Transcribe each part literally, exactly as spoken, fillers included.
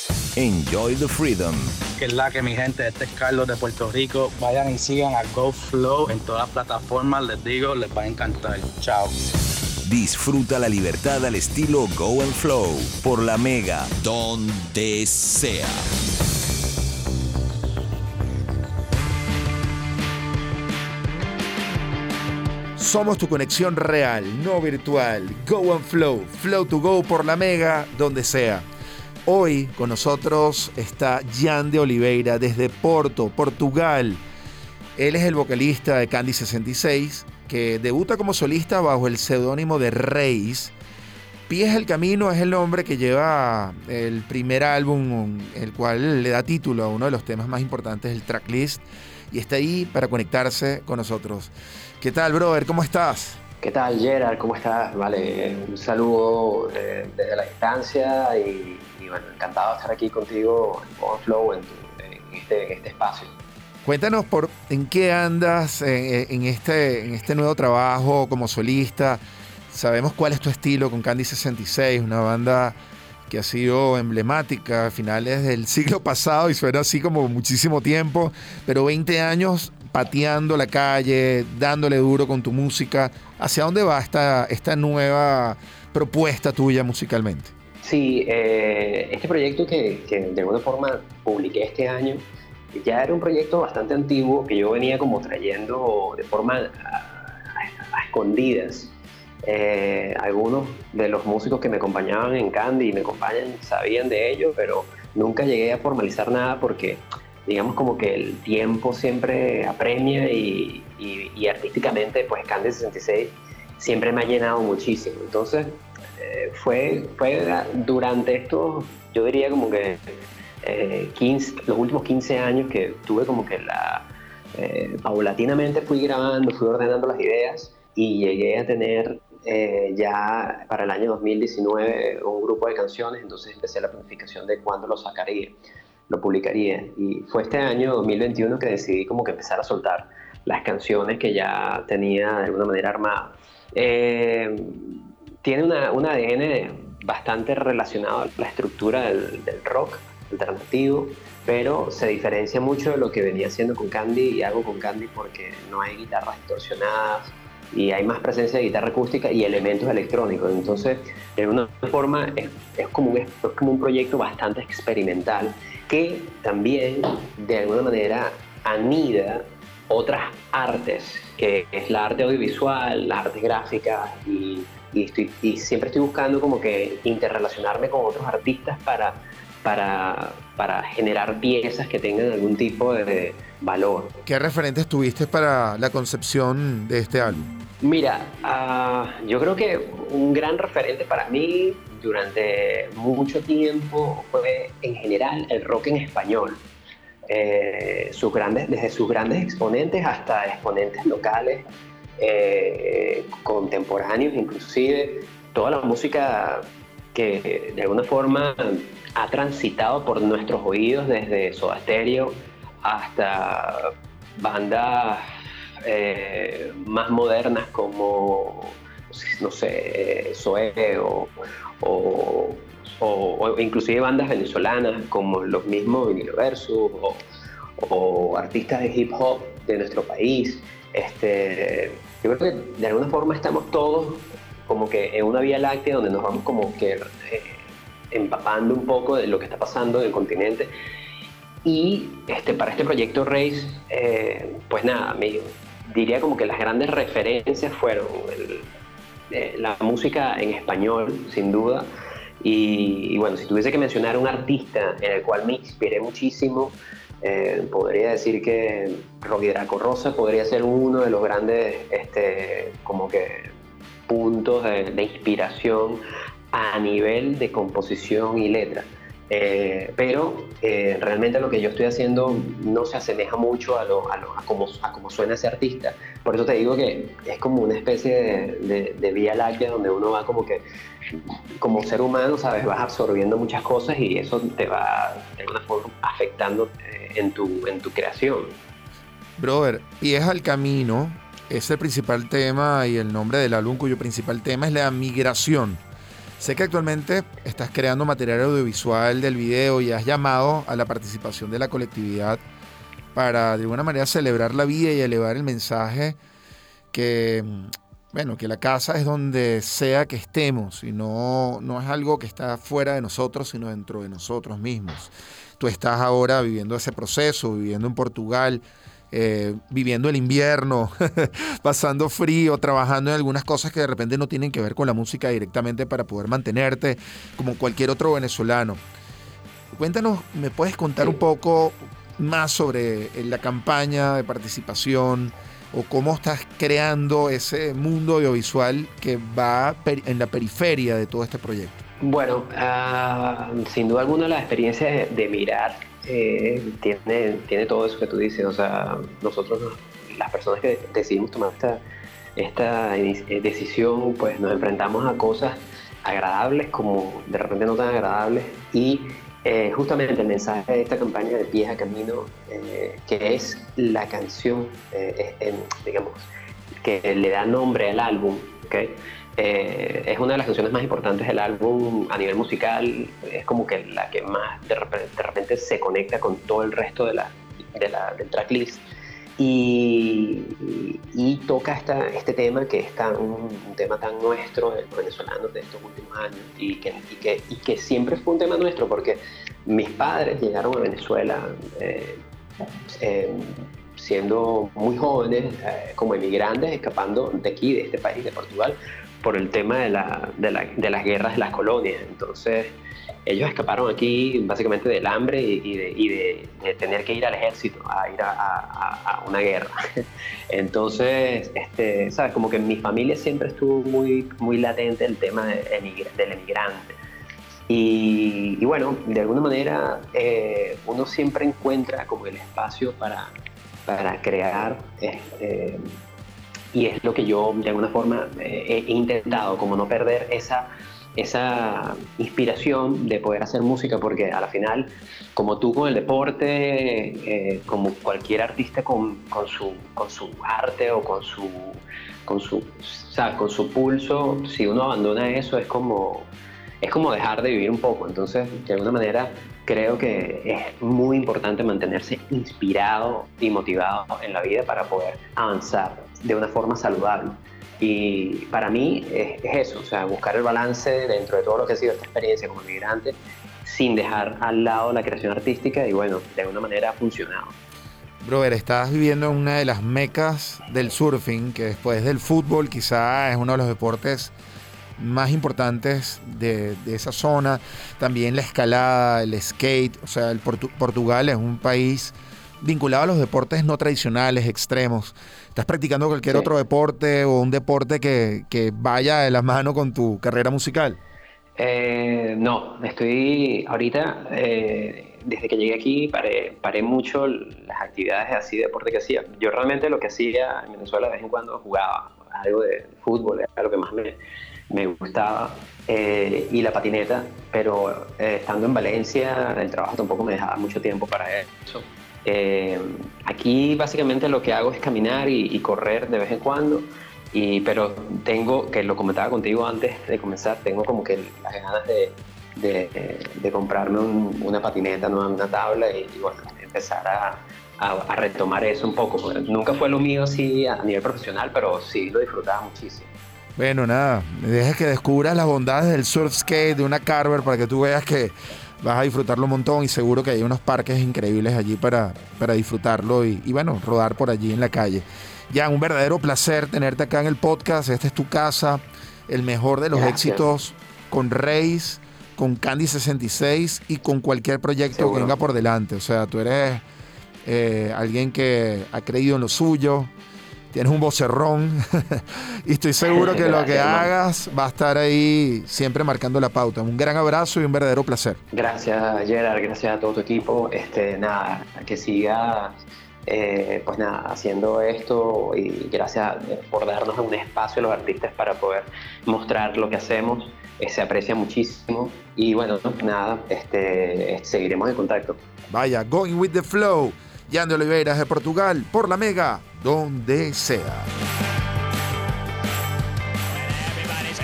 Enjoy the freedom. Que es la que mi gente, este es Carlos de Puerto Rico. Vayan y sigan a Go Flow en todas las plataformas. Les digo, les va a encantar. Chao. Disfruta la libertad al estilo Go and Flow por la Mega, donde sea. Somos tu conexión real, no virtual. Go and Flow, Flow to Go por la Mega, donde sea. Hoy con nosotros está Jan de Oliveira desde Porto, Portugal. Él es el vocalista de Candy sesenta y seis, que debuta como solista bajo el seudónimo de Reis. Pies el Camino es el nombre que lleva el primer álbum, el cual le da título a uno de los temas más importantes del tracklist, y está ahí para conectarse con nosotros. ¿Qué tal, brother? ¿Cómo estás? ¿Qué tal, Gerard? ¿Cómo estás? Vale, un saludo eh, desde la distancia y, y bueno, encantado de estar aquí contigo en Go and Flow en, tu, en, este, en este espacio. Cuéntanos por en qué andas en, en, este, en este nuevo trabajo como solista. Sabemos cuál es tu estilo con Candy sesenta y seis, una banda que ha sido emblemática a finales del siglo pasado y suena así como muchísimo tiempo, pero veinte años pateando la calle, dándole duro con tu música. ¿Hacia dónde va esta, esta nueva propuesta tuya musicalmente? Sí, eh, este proyecto que, que de alguna forma publiqué este año ya era un proyecto bastante antiguo que yo venía como trayendo de forma a, a, a escondidas. Eh, algunos de los músicos que me acompañaban en Candy y me acompañan sabían de ello, pero nunca llegué a formalizar nada porque digamos como que el tiempo siempre apremia y, y, y artísticamente pues Candy sesenta y seis siempre me ha llenado muchísimo. Entonces eh, fue, fue durante estos, yo diría como que eh, quince, los últimos quince años que tuve como que la eh, paulatinamente fui grabando, fui ordenando las ideas y llegué a tener eh, ya para el año dos mil diecinueve un grupo de canciones. Entonces empecé la planificación de cuándo lo sacaría, lo publicaría, y fue este año dos mil veintiuno que decidí como que empezar a soltar las canciones que ya tenía de alguna manera armadas. Eh, tiene una, un A D N bastante relacionado a la estructura del, del rock alternativo, pero se diferencia mucho de lo que venía haciendo con Candy y hago con Candy porque no hay guitarras distorsionadas y hay más presencia de guitarra acústica y elementos electrónicos. Entonces, de alguna forma es, es, como un, es como un proyecto bastante experimental que también de alguna manera anida otras artes, que es la arte audiovisual, las artes gráficas, y, y, estoy, y siempre estoy buscando como que interrelacionarme con otros artistas para, para, para generar piezas que tengan algún tipo de valor. ¿Qué referentes tuviste para la concepción de este álbum? Mira, uh, yo creo que un gran referente para mí durante mucho tiempo fue en general el rock en español. Eh, sus grandes, desde sus grandes exponentes hasta exponentes locales, eh, contemporáneos inclusive, toda la música que de alguna forma ha transitado por nuestros oídos desde Soda Stereo hasta bandas eh, más modernas como, no sé, Zoé o, o O, o inclusive bandas venezolanas como los mismos Vinilo Versus o, o artistas de hip hop de nuestro país. Este, yo creo que de alguna forma estamos todos como que en una vía láctea donde nos vamos como que eh, empapando un poco de lo que está pasando en el continente. Y este, para este proyecto Reis, eh, pues nada, me, diría como que las grandes referencias fueron el, eh, la música en español, sin duda. Y, y bueno, si tuviese que mencionar un artista en el cual me inspiré muchísimo, eh, podría decir que Rocky Draco Rosa podría ser uno de los grandes este, como que puntos de, de inspiración a nivel de composición y letra. Eh, pero eh, realmente lo que yo estoy haciendo no se asemeja mucho a, lo, a, lo, a, cómo, a cómo suena ese artista. Por eso te digo que es como una especie de, de, de vía láctea donde uno va como que, como ser humano, ¿sabes? Vas absorbiendo muchas cosas y eso te va de alguna forma afectando eh, en, tu, en tu creación. Brother, Pies al Camino es el principal tema y el nombre del álbum cuyo principal tema es la migración. Sé que actualmente estás creando material audiovisual del video y has llamado a la participación de la colectividad para de alguna manera celebrar la vida y elevar el mensaje que, bueno, que la casa es donde sea que estemos y no, no es algo que está fuera de nosotros, sino dentro de nosotros mismos. Tú estás ahora viviendo ese proceso, viviendo en Portugal, eh, viviendo el invierno, pasando frío, trabajando en algunas cosas que de repente no tienen que ver con la música directamente para poder mantenerte como cualquier otro venezolano. Cuéntanos, ¿me puedes contar un poco más sobre la campaña de participación o cómo estás creando ese mundo audiovisual que va en la periferia de todo este proyecto? Bueno, uh, sin duda alguna la experiencia de, de mirar eh, tiene, tiene todo eso que tú dices. O sea, nosotros, las personas que decidimos tomar esta, esta decisión, pues nos enfrentamos a cosas agradables como de repente no tan agradables, y eh, justamente el mensaje de esta campaña de Pies a Camino, eh, que es la canción, eh, eh, digamos, que le da nombre al álbum, ¿okay? Eh, es una de las canciones más importantes del álbum a nivel musical. Es como que la que más de repente, de repente se conecta con todo el resto de la, de la, del tracklist, y, y, y toca esta, este tema que es tan, un tema tan nuestro de los venezolanos de estos últimos años, y que, y, que, y que siempre fue un tema nuestro porque mis padres llegaron a Venezuela eh, eh, siendo muy jóvenes, eh, como emigrantes, escapando de aquí, de este país, de Portugal, por el tema de, la, de, la, de las guerras de las colonias. Entonces ellos escaparon aquí básicamente del hambre y, y, de, y de, de tener que ir al ejército, a ir a, a, a una guerra. Entonces, este, ¿sabes? Como que en mi familia siempre estuvo muy, muy latente el tema de emigra, del emigrante. Y, y bueno, de alguna manera eh, uno siempre encuentra como el espacio para, para crear, este, y es lo que yo de alguna forma eh, he intentado, como no perder esa, esa inspiración de poder hacer música, porque a la final, como tú con el deporte, eh, como cualquier artista con, con, su, con su arte o con su, con, su, ¿sabes? Con su pulso, si uno abandona eso es como, es como dejar de vivir un poco. Entonces, de alguna manera, creo que es muy importante mantenerse inspirado y motivado en la vida para poder avanzar de una forma saludable. Y para mí es, es eso, o sea, buscar el balance dentro de todo lo que ha sido esta experiencia como migrante, sin dejar al lado la creación artística, y bueno, de alguna manera ha funcionado. Brother, estás viviendo en una de las mecas del surfing, que después del fútbol quizá es uno de los deportes más importantes de, de esa zona. También la escalada, el skate. O sea, el Portu- Portugal es un país vinculado a los deportes no tradicionales, extremos. ¿Estás practicando cualquier sí. otro deporte o un deporte que, que vaya de la mano con tu carrera musical? Eh, no, estoy ahorita, eh, desde que llegué aquí, paré, paré mucho las actividades así de deporte que hacía. Yo realmente lo que hacía en Venezuela de vez en cuando jugaba algo de fútbol, era lo que más me, me gustaba, eh, y la patineta, pero eh, estando en Valencia el trabajo tampoco me dejaba mucho tiempo para eso. Eh, aquí básicamente lo que hago es caminar y, y correr de vez en cuando, y, pero tengo, que lo comentaba contigo antes de comenzar, tengo como que las ganas de, de, de comprarme un, una patineta, ¿no? Una tabla, y, y bueno, empezar a, a, a retomar eso un poco. Nunca fue lo mío así a nivel profesional, pero sí lo disfrutaba muchísimo. Bueno, nada, me dejas que descubras las bondades del surf skate, de una Carver, para que tú veas que vas a disfrutarlo un montón, y seguro que hay unos parques increíbles allí para, para disfrutarlo y, y bueno, rodar por allí en la calle. Ya, un verdadero placer tenerte acá en el podcast. Esta es tu casa, el mejor de los Gracias. éxitos con Reis, con Candy sesenta y seis y con cualquier proyecto seguro. que venga por delante. O sea, tú eres eh, alguien que ha creído en lo suyo, tienes un vocerrón y estoy seguro que Gracias, lo que hermano. hagas va a estar ahí siempre marcando la pauta. Un gran abrazo y un verdadero placer. Gracias, Gerard, gracias a todo tu equipo. Este, nada, que sigas eh, pues nada, haciendo esto, y gracias por darnos un espacio a los artistas para poder mostrar lo que hacemos. Eh, se aprecia muchísimo, y bueno, nada, este, seguiremos en contacto. Vaya, Going with the Flow, Yandy Oliveiras de Portugal, por la Mega, donde sea.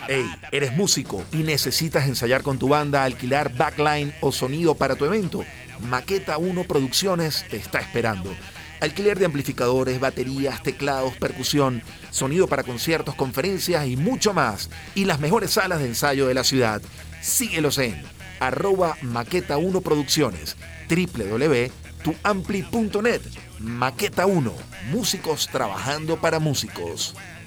Hey, ¿eres músico y necesitas ensayar con tu banda, alquilar backline o sonido para tu evento? Maqueta uno Producciones te está esperando. Alquiler de amplificadores, baterías, teclados, percusión, sonido para conciertos, conferencias y mucho más. Y las mejores salas de ensayo de la ciudad. Síguelos en arroba Maqueta uno Producciones, doble u doble u doble u punto tu ampli punto net. Maqueta uno, músicos trabajando para músicos.